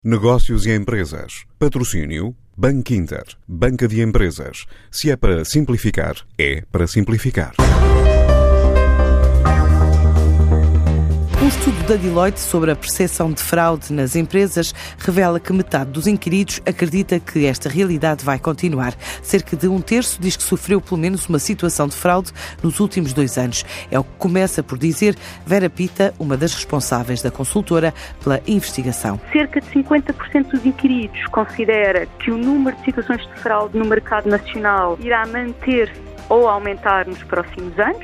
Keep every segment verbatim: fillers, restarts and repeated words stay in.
Negócios e empresas. Patrocínio Banco Inter. Banca de Empresas. Se é para simplificar, é para simplificar. Um estudo da Deloitte sobre a percepção de fraude nas empresas revela que metade dos inquiridos acredita que esta realidade vai continuar. Cerca de um terço diz que sofreu pelo menos uma situação de fraude nos últimos dois anos. É o que começa por dizer Vera Pita, uma das responsáveis da consultora pela investigação. Cerca de cinquenta por cento dos inquiridos considera que o número de situações de fraude no mercado nacional irá manter-se ou aumentar nos próximos anos.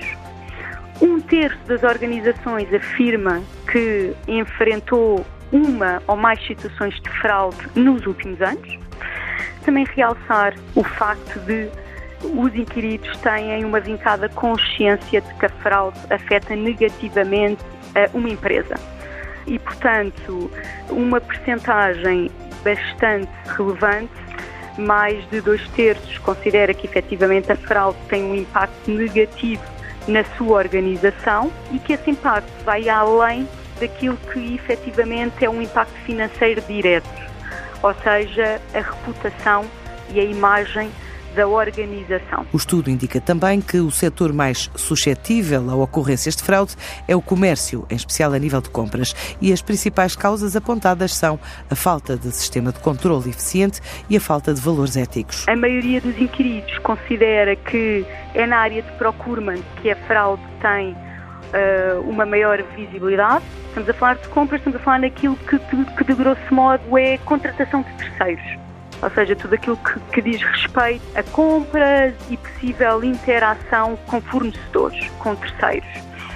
Um terço das organizações afirma que enfrentou uma ou mais situações de fraude nos últimos anos. Também realçar o facto de os inquiridos têm uma vincada consciência de que a fraude afeta negativamente uma empresa. E, portanto, uma percentagem bastante relevante, mais de dois terços, considera que efetivamente a fraude tem um impacto negativo na sua organização e que esse impacto vai além daquilo que efetivamente é um impacto financeiro direto, ou seja, a reputação e a imagem da organização. O estudo indica também que o setor mais suscetível a ocorrências de fraude é o comércio, em especial a nível de compras, e as principais causas apontadas são a falta de sistema de controle eficiente e a falta de valores éticos. A maioria dos inquiridos considera que é na área de procurement que a fraude tem uh, uma maior visibilidade. Estamos a falar de compras, estamos a falar naquilo que, que de grosso modo é contratação de terceiros. Ou seja, tudo aquilo que, que diz respeito a compras e possível interação com fornecedores, com terceiros.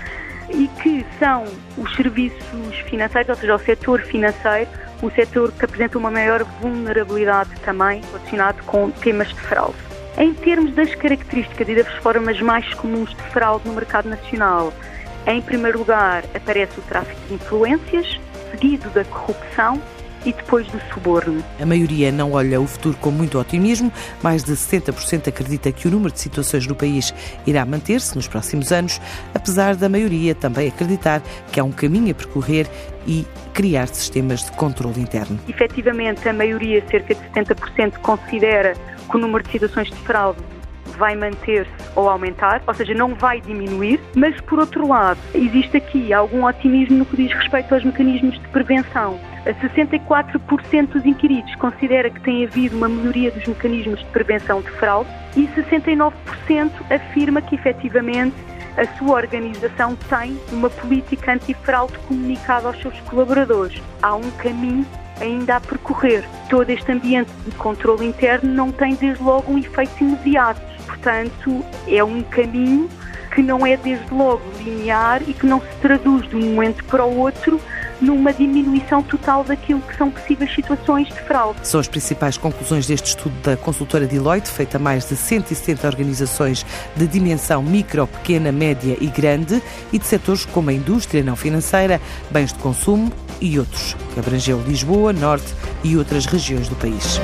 E que são os serviços financeiros, ou seja, o setor financeiro, o setor que apresenta uma maior vulnerabilidade também relacionado com temas de fraude. Em termos das características e das formas mais comuns de fraude no mercado nacional, em primeiro lugar aparece o tráfico de influências, seguido da corrupção e depois do suborno. A maioria não olha o futuro com muito otimismo. Mais de sessenta por cento acredita que o número de situações no país irá manter-se nos próximos anos, apesar da maioria também acreditar que há um caminho a percorrer e criar sistemas de controle interno. Efetivamente, a maioria, cerca de setenta por cento, considera que o número de situações de fraude vai manter-se ou aumentar, ou seja, não vai diminuir, mas, por outro lado, existe aqui algum otimismo no que diz respeito aos mecanismos de prevenção. sessenta e quatro por cento dos inquiridos considera que tem havido uma melhoria dos mecanismos de prevenção de fraude e sessenta e nove por cento afirma que, efetivamente, a sua organização tem uma política antifraude comunicada aos seus colaboradores. Há um caminho ainda a percorrer. Todo este ambiente de controle interno não tem, desde logo, um efeito imediato. Portanto, é um caminho que não é, desde logo, linear e que não se traduz de um momento para o outro numa diminuição total daquilo que são possíveis situações de fraude. São as principais conclusões deste estudo da consultora Deloitte, feita a mais de cento e setenta organizações de dimensão micro, pequena, média e grande e de setores como a indústria não financeira, bens de consumo e outros, que abrangeu Lisboa, Norte e outras regiões do país.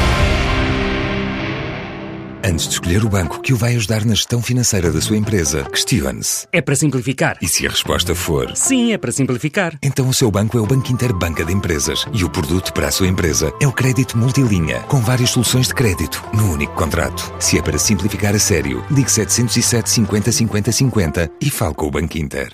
Antes de escolher o banco que o vai ajudar na gestão financeira da sua empresa, questione-se. É para simplificar. E se a resposta for sim, é para simplificar, então o seu banco é o Banco Inter Banca de Empresas e o produto para a sua empresa é o crédito multilinha, com várias soluções de crédito no único contrato. Se é para simplificar a sério, ligue sete zero sete, cinquenta, cinquenta, cinquenta e fale com o Banco Inter.